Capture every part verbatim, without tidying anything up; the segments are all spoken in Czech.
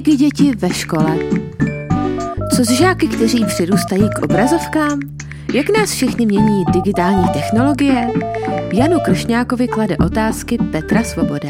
Digi děti ve škole. Co s žáky, kteří přirůstají k obrazovkám? Jak nás všichni mění digitální technologie? Janu Kršňákovi klade otázky Petra Svoboda.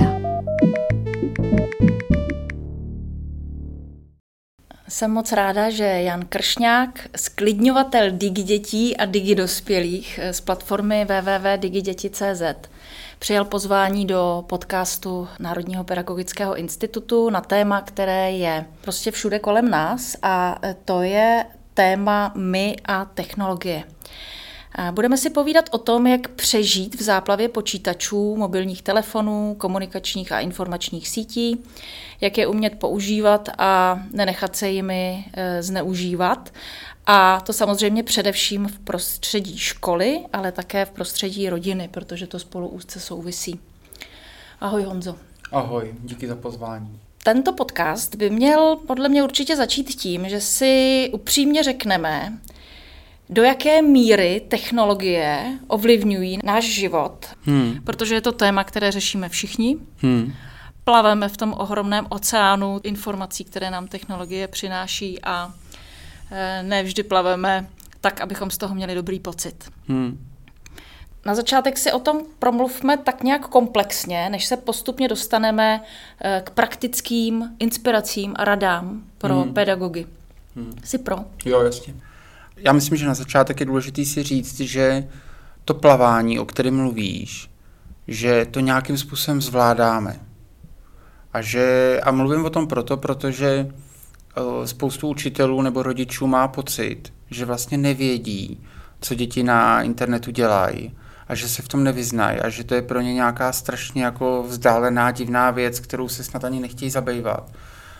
Jsem moc ráda, že Jan Kršňák, sklidňovatel Digi dětí a Digi dospělých z platformy w w w tečka digi děti tečka c z, přijal pozvání do podcastu Národního pedagogického institutu na téma, které je prostě všude kolem nás, a to je téma my a technologie. Budeme si povídat o tom, jak přežít v záplavě počítačů, mobilních telefonů, komunikačních a informačních sítí, jak je umět používat a nenechat se jimi zneužívat. A to samozřejmě především v prostředí školy, ale také v prostředí rodiny, protože to spolu úzce souvisí. Ahoj Honzo. Ahoj, díky za pozvání. Tento podcast by měl podle mě určitě začít tím, že si upřímně řekneme, do jaké míry technologie ovlivňují náš život, hmm. protože je to téma, které řešíme všichni. Hmm. Plaveme v tom ohromném oceánu informací, které nám technologie přináší, a ne vždy plaveme tak, abychom z toho měli dobrý pocit. Hmm. Na začátek si o tom promluvme tak nějak komplexně, než se postupně dostaneme k praktickým inspiracím a radám pro hmm. pedagogy. Hmm. Jsi pro? Jo, jasně. Já myslím, že na začátek je důležité si říct, že to plavání, o kterém mluvíš, že to nějakým způsobem zvládáme. A, že, a mluvím o tom proto, protože uh, spoustu učitelů nebo rodičů má pocit, že vlastně nevědí, co děti na internetu dělají, a že se v tom nevyznají, a že to je pro ně nějaká strašně jako vzdálená, divná věc, kterou se snad ani nechtějí zabývat.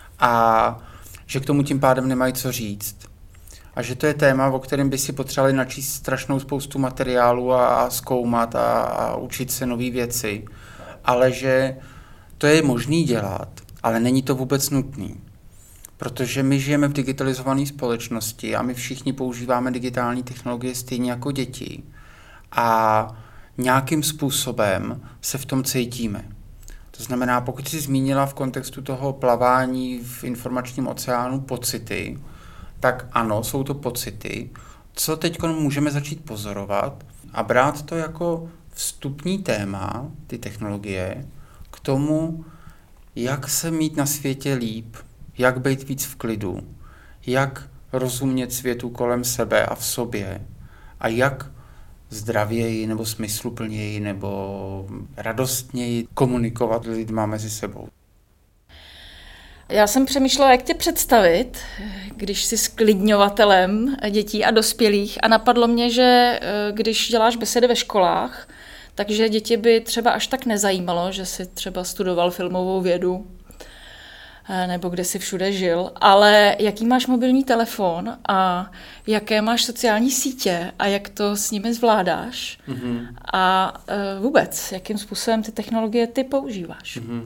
A že k tomu tím pádem nemají co říct. A že to je téma, o kterém by si potřebovali načíst strašnou spoustu materiálu a, a zkoumat a, a učit se nové věci. Ale že to je možný dělat, ale není to vůbec nutný. Protože my žijeme v digitalizované společnosti a my všichni používáme digitální technologie stejně jako děti. A nějakým způsobem se v tom cítíme. To znamená, pokud jsi zmínila v kontextu toho plavání v informačním oceánu pocity, tak ano, jsou to pocity, co teď můžeme začít pozorovat a brát to jako vstupní téma, ty technologie, k tomu, jak se mít na světě líp, jak být víc v klidu, jak rozumět světu kolem sebe a v sobě a jak zdravěji nebo smysluplněji nebo radostněji komunikovat s lidma mezi sebou. Já jsem přemýšlela, jak tě představit, když jsi sklidňovatelem dětí a dospělých, a napadlo mě, že když děláš besedy ve školách, takže děti by třeba až tak nezajímalo, že jsi třeba studoval filmovou vědu nebo kde jsi všude žil, ale jaký máš mobilní telefon a jaké máš sociální sítě a jak to s nimi zvládáš mm-hmm. a vůbec, jakým způsobem ty technologie ty používáš. Mm-hmm.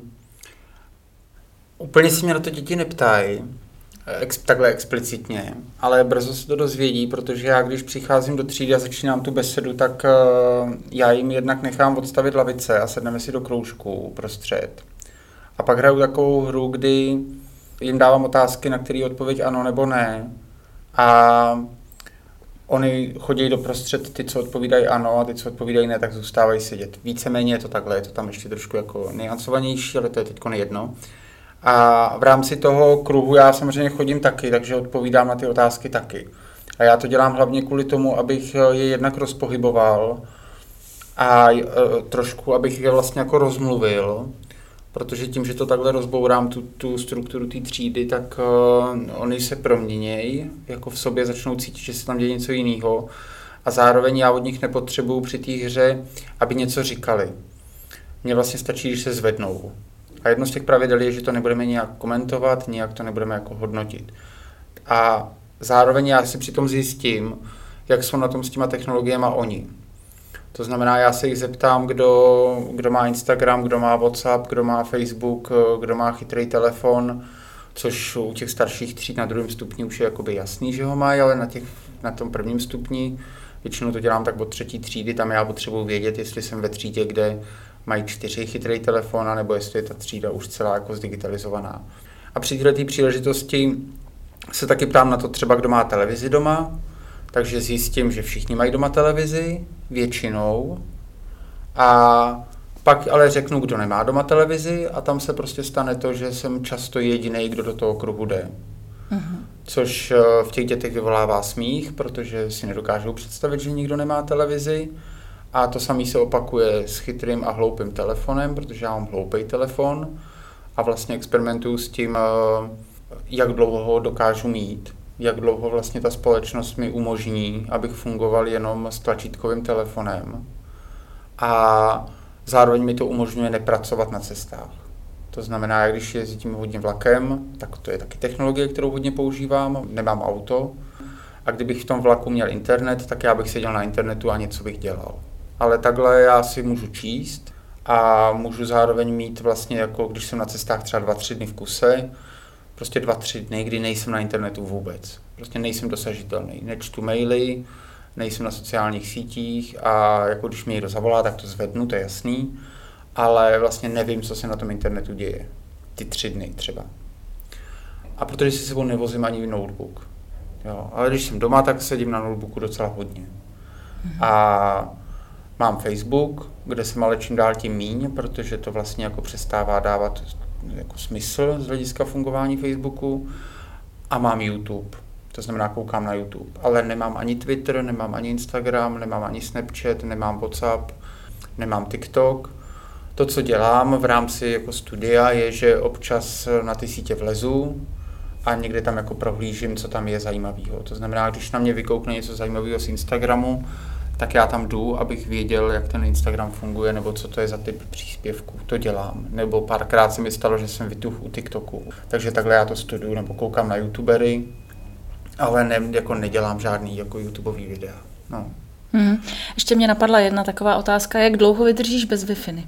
Úplně si mě na to děti neptají, ex, takhle explicitně, ale brzo se to dozvědí, protože já, když přicházím do třídy a začínám tu besedu, tak uh, já jim jednak nechám odstavit lavice a sedneme si do kroužku uprostřed. A pak hraju takovou hru, kdy jim dávám otázky, na které odpověď ano nebo ne. A oni chodí doprostřed, ty, co odpovídají ano, a ty, co odpovídají ne, tak zůstávají sedět. Víceméně je to takhle, je to tam ještě trošku jako niancovanější, ale to je teďko jedno. A v rámci toho kruhu já samozřejmě chodím taky, takže odpovídám na ty otázky taky. A já to dělám hlavně kvůli tomu, abych je jednak rozpohyboval a e, trošku, abych je vlastně jako rozmluvil, protože tím, že to takhle rozbourám, tu, tu strukturu té třídy, tak uh, oni se proměnějí, jako v sobě začnou cítit, že se tam děje něco jiného, a zároveň já od nich nepotřebuju při té hře, aby něco říkali. Mně vlastně stačí, když se zvednou. A jedno z těch pravidel je, že to nebudeme nějak komentovat, nějak to nebudeme jako hodnotit. A zároveň já si přitom zjistím, jak jsou na tom s těma technologiemi oni. To znamená, já se jich zeptám, kdo, kdo má Instagram, kdo má WhatsApp, kdo má Facebook, kdo má chytrý telefon, což u těch starších tříd na druhém stupni už je jakoby jasný, že ho mají, ale na, těch, na tom prvním stupni, většinou to dělám tak od třetí třídy, tam já potřebuji vědět, jestli jsem ve třídě, kde mají čtyři chytrý telefon, nebo jestli je ta třída už celá jako zdigitalizovaná. A při této příležitosti se taky ptám na to třeba, kdo má televizi doma, takže zjistím, že všichni mají doma televizi, většinou. A pak ale řeknu, kdo nemá doma televizi a tam se prostě stane to, že jsem často jedinej, kdo do toho kruhu jde. Uh-huh. Což v těch dětech vyvolává smích, protože si nedokážou představit, že nikdo nemá televizi. A to samé se opakuje s chytrým a hloupým telefonem, protože já mám hloupý telefon a vlastně experimentuju s tím, jak dlouho ho dokážu mít, jak dlouho vlastně ta společnost mi umožní, abych fungoval jenom s tlačítkovým telefonem. A zároveň mi to umožňuje nepracovat na cestách. To znamená, když jezdím hodně vlakem, tak to je taky technologie, kterou hodně používám, nemám auto. A kdybych v tom vlaku měl internet, tak já bych seděl na internetu a něco bych dělal. Ale takhle já si můžu číst a můžu zároveň mít vlastně, jako když jsem na cestách třeba dva, tři dny v kuse, prostě dva, tři dny, kdy nejsem na internetu vůbec. Prostě nejsem dosažitelný. Nečtu maily, nejsem na sociálních sítích a jako když mě někdo zavolá, tak to zvednu, to je jasný, ale vlastně nevím, co se na tom internetu děje. Ty tři dny třeba. A protože si sebou nevozím ani notebook. Jo, ale když jsem doma, tak sedím na notebooku docela hodně. Mhm. A mám Facebook, kde jsem ale čím dál tím míň, protože to vlastně jako přestává dávat jako smysl z hlediska fungování Facebooku. A mám YouTube, to znamená koukám na YouTube, ale nemám ani Twitter, nemám ani Instagram, nemám ani Snapchat, nemám WhatsApp, nemám TikTok. To, co dělám v rámci jako studia, je, že občas na ty sítě vlezu a někde tam jako prohlížím, co tam je zajímavého. To znamená, když na mě vykoukne něco zajímavého z Instagramu, tak já tam jdu, abych věděl, jak ten Instagram funguje, nebo co to je za typ příspěvků. To dělám. Nebo párkrát se mi stalo, že jsem vytuhl u TikToku. Takže takhle já to studuju, nebo koukám na YouTubery, ale ne, jako nedělám žádný jako YouTubeový videa. No. Hmm. Ještě mě napadla jedna taková otázka, jak dlouho vydržíš bez Wi-Fi?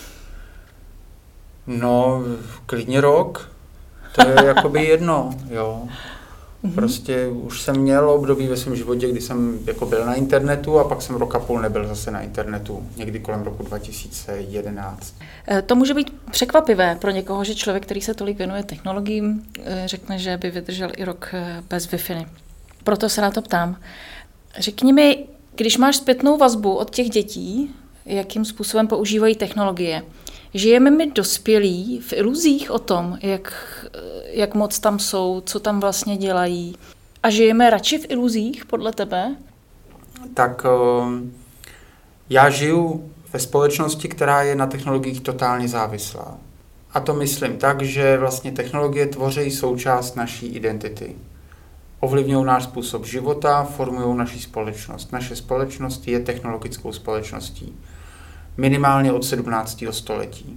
No, klidně rok. To je jakoby jedno, jo. Prostě už jsem měl období ve svém životě, kdy jsem jako byl na internetu a pak jsem rok a půl nebyl zase na internetu, někdy kolem roku dva tisíce jedenáct. To může být překvapivé pro někoho, že člověk, který se tolik věnuje technologiím, řekne, že by vydržel i rok bez Wi-Fi. Proto se na to ptám. Řekni mi, když máš zpětnou vazbu od těch dětí, jakým způsobem používají technologie, žijeme my dospělí v iluzích o tom, jak, jak moc tam jsou, co tam vlastně dělají. A žijeme radši v iluzích, podle tebe? Tak já žiju ve společnosti, která je na technologiích totálně závislá. A to myslím tak, že vlastně technologie tvoří součást naší identity. Ovlivňují náš způsob života, formují naši společnost. Naše společnost je technologickou společností. Minimálně od sedmnáctého století.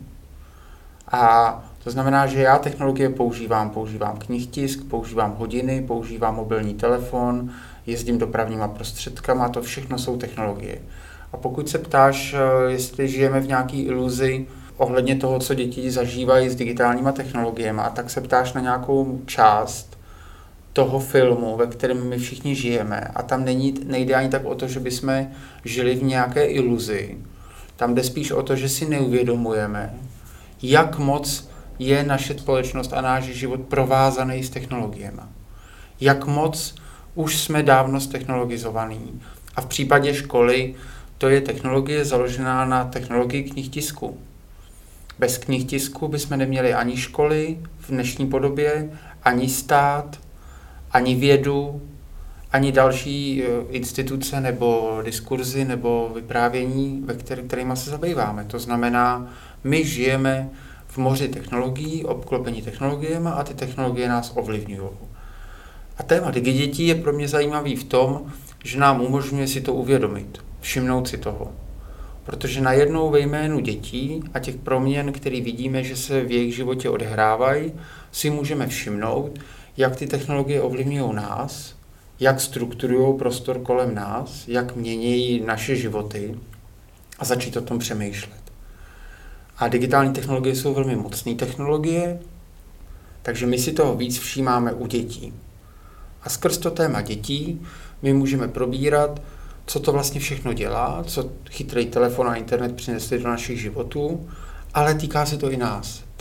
A to znamená, že já technologie používám. Používám knihtisk, používám hodiny, používám mobilní telefon, jezdím dopravníma prostředkama, to všechno jsou technologie. A pokud se ptáš, jestli žijeme v nějaké iluzi ohledně toho, co děti zažívají s digitálníma technologiemi, a tak se ptáš na nějakou část toho filmu, ve kterém my všichni žijeme. A tam není, nejde ani tak o to, že bychom žili v nějaké iluzi. Tam jde spíš o to, že si neuvědomujeme, jak moc je naše společnost a náš život provázaný s technologiemi. Jak moc už jsme dávno ztechnologizovaný. A v případě školy to je technologie založená na technologii knihtisku. Bez knihtisku bychom neměli ani školy v dnešní podobě, ani stát, ani vědu, ani další instituce nebo diskurzy nebo vyprávění, ve který, kterýma se zabýváme. To znamená, my žijeme v moři technologií, obklopení technologiemi a ty technologie nás ovlivňují. A téma DigiDětí je pro mě zajímavý v tom, že nám umožňuje si to uvědomit, všimnout si toho. Protože najednou ve jménu dětí a těch proměn, které vidíme, že se v jejich životě odehrávají, si můžeme všimnout, jak ty technologie ovlivňují nás, jak strukturují prostor kolem nás, jak mění naše životy a začít o tom přemýšlet. A digitální technologie jsou velmi mocné technologie, takže my si toho víc všímáme u dětí. A skrz to téma dětí my můžeme probírat, co to vlastně všechno dělá, co chytrý telefon a internet přinesli do našich životů, ale týká se to i nás.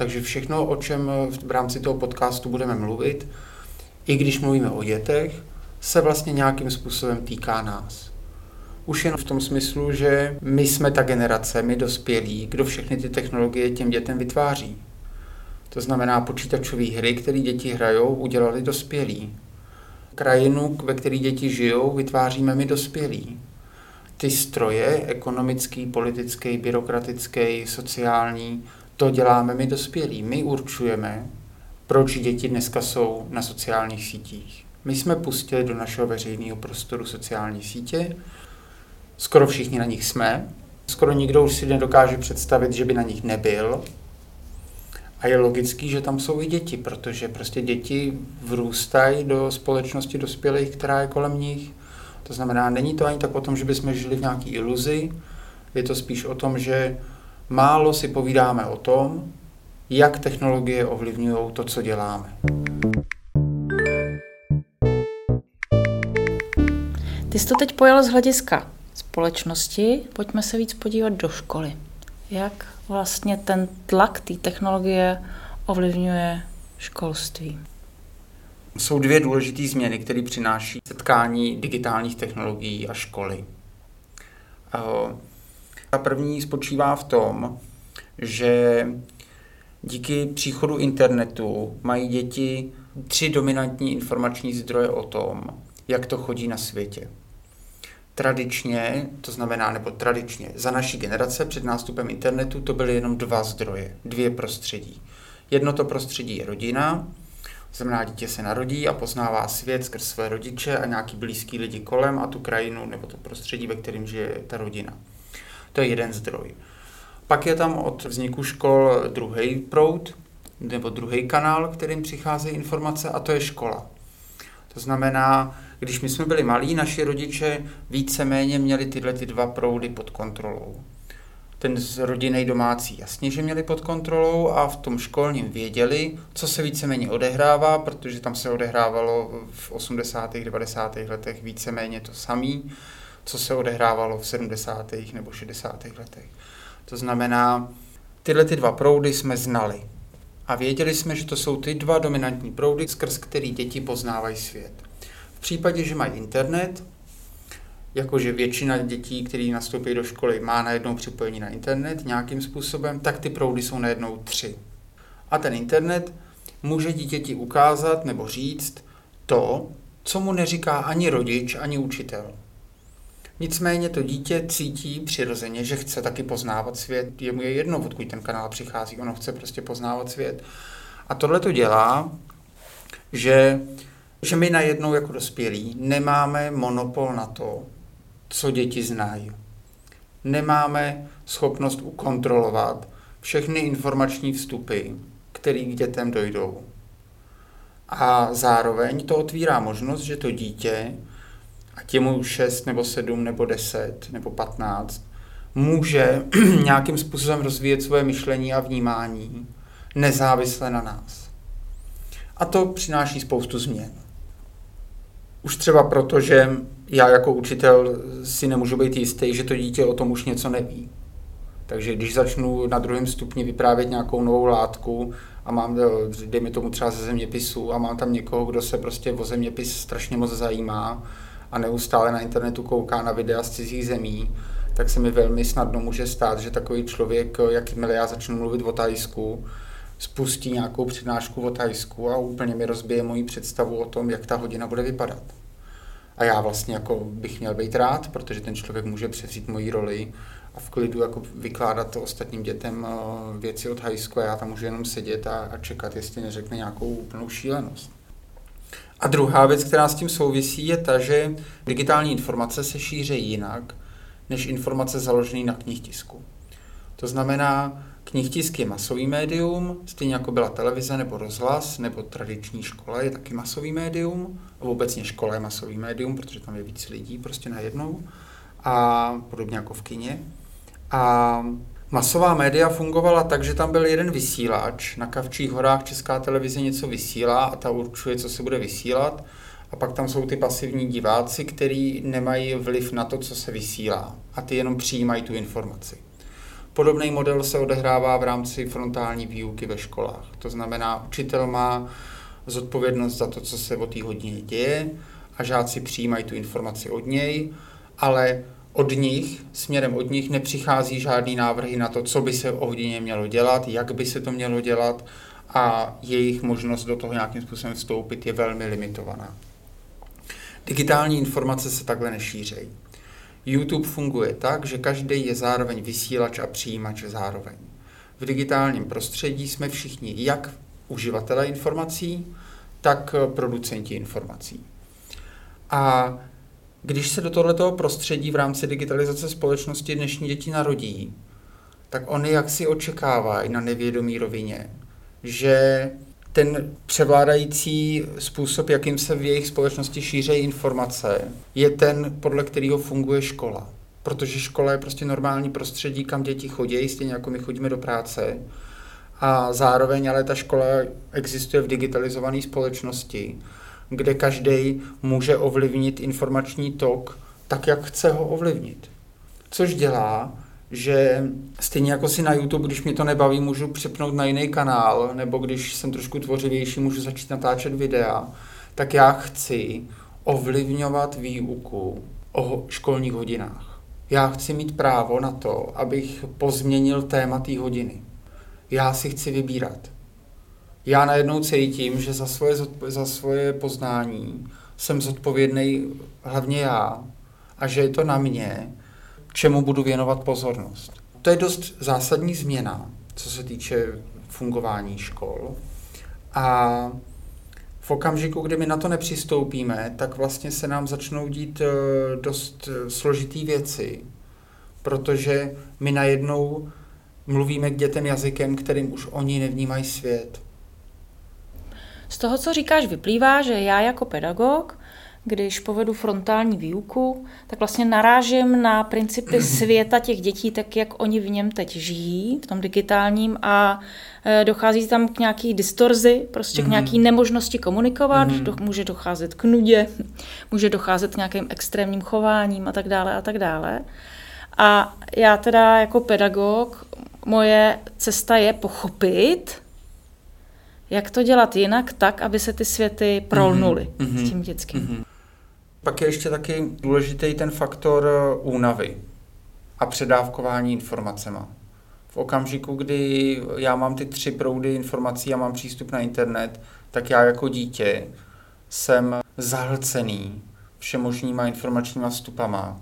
Takže všechno, o čem v rámci toho podcastu budeme mluvit, i když mluvíme o dětech, se vlastně nějakým způsobem týká nás. Už jen v tom smyslu, že my jsme ta generace, my dospělí, kdo všechny ty technologie těm dětem vytváří. To znamená počítačové hry, které děti hrajou, udělali dospělí. Krajinu, ve které děti žijou, vytváříme my dospělí. Ty stroje, ekonomický, politický, byrokratický, sociální, to děláme my dospělí. My určujeme, proč děti dneska jsou na sociálních sítích. My jsme pustili do našeho veřejného prostoru sociální sítě, skoro všichni na nich jsme, skoro nikdo už si nedokáže představit, že by na nich nebyl. A je logický, že tam jsou i děti, protože prostě děti vrůstají do společnosti dospělých, která je kolem nich. To znamená, není to ani tak o tom, že bychom žili v nějaké iluzi, je to spíš o tom, že málo si povídáme o tom, jak technologie ovlivňují to, co děláme. Ty jsi to teď pojal z hlediska společnosti, pojďme se víc podívat do školy. Jak vlastně ten tlak té technologie ovlivňuje školství? Jsou dvě důležité změny, které přináší setkání digitálních technologií a školy. Ta první spočívá v tom, že díky příchodu internetu mají děti tři dominantní informační zdroje o tom, jak to chodí na světě. Tradičně, to znamená, nebo tradičně, za naší generace před nástupem internetu to byly jenom dva zdroje, dvě prostředí. Jedno to prostředí je rodina, to znamená, dítě se narodí a poznává svět skrz své rodiče a nějaký blízký lidi kolem a tu krajinu nebo to prostředí, ve kterém žije ta rodina. To je jeden zdroj. Pak je tam od vzniku škol druhý proud, nebo druhý kanál, kterým přicházejí informace, a to je škola. To znamená, když my jsme byli malí, naši rodiče víceméně měli tyhle ty dva proudy pod kontrolou. Ten z rodinnej domácí jasně, že měli pod kontrolou a v tom školním věděli, co se víceméně odehrává, protože tam se odehrávalo v osmdesátých, devadesátých letech víceméně to samé, co se odehrávalo v sedmdesátých nebo šedesátých letech. To znamená, tyhle ty dva proudy jsme znali. A věděli jsme, že to jsou ty dva dominantní proudy, skrz který děti poznávají svět. V případě, že mají internet, jakože většina dětí, které nastoupí do školy, má najednou připojení na internet nějakým způsobem, tak ty proudy jsou najednou tři. A ten internet může dítěti ukázat nebo říct to, co mu neříká ani rodič, ani učitel. Nicméně to dítě cítí přirozeně, že chce taky poznávat svět. Jemu je jedno, odkud ten kanál přichází, ono chce prostě poznávat svět. A tohle to dělá, že, že my najednou jako dospělí nemáme monopol na to, co děti znají. Nemáme schopnost ukontrolovat všechny informační vstupy, které k dětem dojdou. A zároveň to otvírá možnost, že to dítě, ať je mu šest nebo sedm nebo deset nebo patnáct, může nějakým způsobem rozvíjet svoje myšlení a vnímání nezávisle na nás. A to přináší spoustu změn. Už třeba proto, že já jako učitel si nemůžu být jistý, že to dítě o tom už něco neví. Takže když začnu na druhém stupni vyprávět nějakou novou látku a mám, dejme tomu třeba ze zeměpisu, a mám tam někoho, kdo se prostě o zeměpis strašně moc zajímá a neustále na internetu kouká na videa z cizích zemí, tak se mi velmi snadno může stát, že takový člověk, jakmile já začnu mluvit o Thajsku, spustí nějakou přednášku o Thajsku a úplně mi rozbije moji představu o tom, jak ta hodina bude vypadat. A já vlastně jako bych měl být rád, protože ten člověk může převzít moji roli a v klidu jako vykládat to ostatním dětem věci od Thajsku a já tam můžu jenom sedět a, a čekat, jestli neřekne nějakou úplnou šílenost. A druhá věc, která s tím souvisí, je ta, že digitální informace se šíří jinak, než informace založené na knihtisku. To znamená, knihtisk je masový médium, stejně jako byla televize nebo rozhlas, nebo tradiční škola je taky masový médium, a obecně škola je masový médium, protože tam je víc lidí prostě najednou, a podobně jako v kině. A masová média fungovala tak, že tam byl jeden vysílač, na Kavčích horách Česká televize něco vysílá a ta určuje, co se bude vysílat, a pak tam jsou ty pasivní diváci, kteří nemají vliv na to, co se vysílá, a ty jenom přijímají tu informaci. Podobný model se odehrává v rámci frontální výuky ve školách. To znamená, učitel má zodpovědnost za to, co se o té hodině děje a žáci přijímají tu informaci od něj, ale od nich, směrem od nich nepřichází žádný návrhy na to, co by se o hodině mělo dělat, jak by se to mělo dělat a jejich možnost do toho nějakým způsobem vstoupit je velmi limitovaná. Digitální informace se takhle nešířejí. YouTube funguje tak, že každý je zároveň vysílač a přijímač zároveň. V digitálním prostředí jsme všichni jak uživatelé informací, tak producenti informací. A když se do tohoto prostředí v rámci digitalizace společnosti dnešní děti narodí, tak oni jaksi očekávají na nevědomí rovině, že ten převládající způsob, jakým se v jejich společnosti šířejí informace, je ten, podle kterého funguje škola. Protože škola je prostě normální prostředí, kam děti chodí, stejně jako my chodíme do práce. A zároveň ale ta škola existuje v digitalizované společnosti, kde každý může ovlivnit informační tok tak, jak chce ho ovlivnit. Což dělá, že stejně jako si na YouTube, když mě to nebaví, můžu přepnout na jiný kanál, nebo když jsem trošku tvořivější, můžu začít natáčet videa, tak já chci ovlivňovat výuku o školních hodinách. Já chci mít právo na to, abych pozměnil téma té hodiny. Já si chci vybírat. Já najednou cítím, že za svoje, za svoje poznání jsem zodpovědný hlavně já a že je to na mě, čemu budu věnovat pozornost. To je dost zásadní změna, co se týče fungování škol. A v okamžiku, kdy my na to nepřistoupíme, tak vlastně se nám začnou dít dost složitý věci, protože my najednou mluvíme k dětem jazykem, kterým už oni nevnímají svět. Z toho, co říkáš, vyplývá, že já jako pedagog, když povedu frontální výuku, tak vlastně narážím na principy světa těch dětí, tak jak oni v něm teď žijí, v tom digitálním, a dochází tam k nějaký distorzi, prostě mm-hmm. k nějaký nemožnosti komunikovat, mm-hmm. do, může docházet k nudě, může docházet k nějakým extrémním chováním a tak dále a tak dále. A já teda jako pedagog, moje cesta je pochopit, jak to dělat jinak tak, aby se ty světy prolnuly mm-hmm. s tím dětským. Mm-hmm. Pak je ještě taky důležitý ten faktor únavy a předávkování informacema. V okamžiku, kdy já mám ty tři proudy informací a mám přístup na internet, tak já jako dítě jsem zahlcený všemožnýma informačníma vstupama.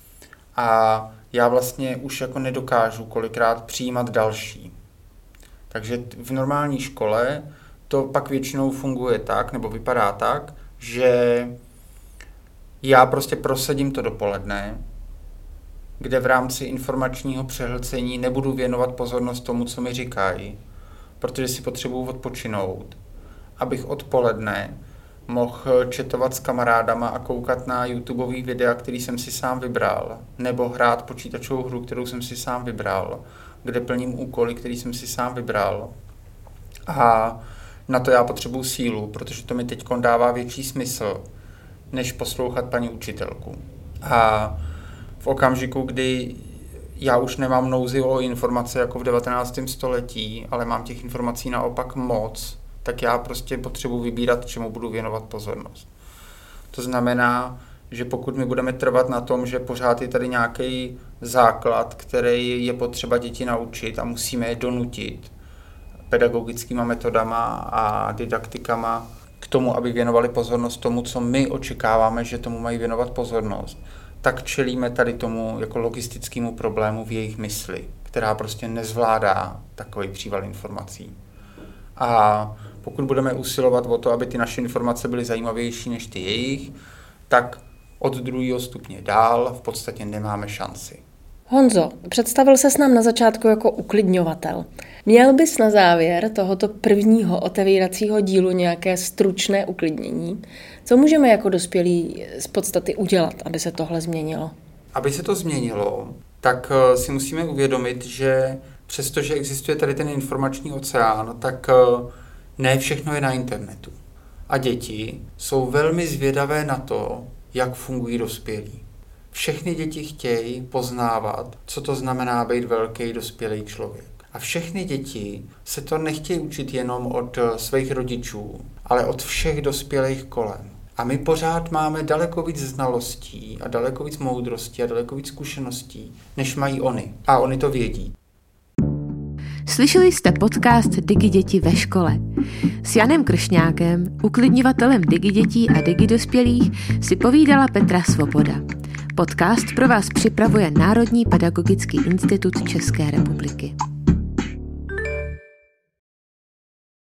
A já vlastně už jako nedokážu kolikrát přijímat další. Takže v normální škole to pak většinou funguje tak, nebo vypadá tak, že já prostě prosedím to dopoledne, kde v rámci informačního přehlcení nebudu věnovat pozornost tomu, co mi říkají, protože si potřebuju odpočinout, abych odpoledne mohl četovat s kamarádama a koukat na YouTubeový videa, který jsem si sám vybral, nebo hrát počítačovou hru, kterou jsem si sám vybral, kde plním úkoly, který jsem si sám vybral. A na to já potřebuju sílu, protože to mi teď dává větší smysl, než poslouchat paní učitelku. A v okamžiku, kdy já už nemám nouzi o informace jako v devatenáctém století, ale mám těch informací naopak moc, tak já prostě potřebuji vybírat, čemu budu věnovat pozornost. To znamená, že pokud my budeme trvat na tom, že pořád je tady nějaký základ, který je potřeba děti naučit a musíme je donutit pedagogickýma metodama a didaktikama k tomu, aby věnovali pozornost tomu, co my očekáváme, že tomu mají věnovat pozornost, tak čelíme tady tomu jako logistickému problému v jejich mysli, která prostě nezvládá takový příval informací. A pokud budeme usilovat o to, aby ty naše informace byly zajímavější než ty jejich, tak od druhého stupně dál v podstatě nemáme šanci. Honzo, představil ses nám na začátku jako uklidňovatel. Měl bys na závěr tohoto prvního otevíracího dílu nějaké stručné uklidnění? Co můžeme jako dospělí z podstaty udělat, aby se tohle změnilo? Aby se to změnilo, tak si musíme uvědomit, že přestože existuje tady ten informační oceán, tak ne všechno je na internetu. A děti jsou velmi zvědavé na to, jak fungují dospělí. Všechny děti chtějí poznávat, co to znamená být velký dospělý člověk. A všechny děti se to nechtějí učit jenom od svých rodičů, ale od všech dospělých kolem. A my pořád máme daleko víc znalostí a daleko víc moudrosti a daleko víc zkušeností, než mají oni. A oni to vědí. Slyšeli jste podcast DigiDěti ve škole. S Janem Kršňákem, uklidňovatelem DigiDětí a DigiDospělých, si povídala Petra Svoboda. Podcast pro vás připravuje Národní pedagogický institut České republiky.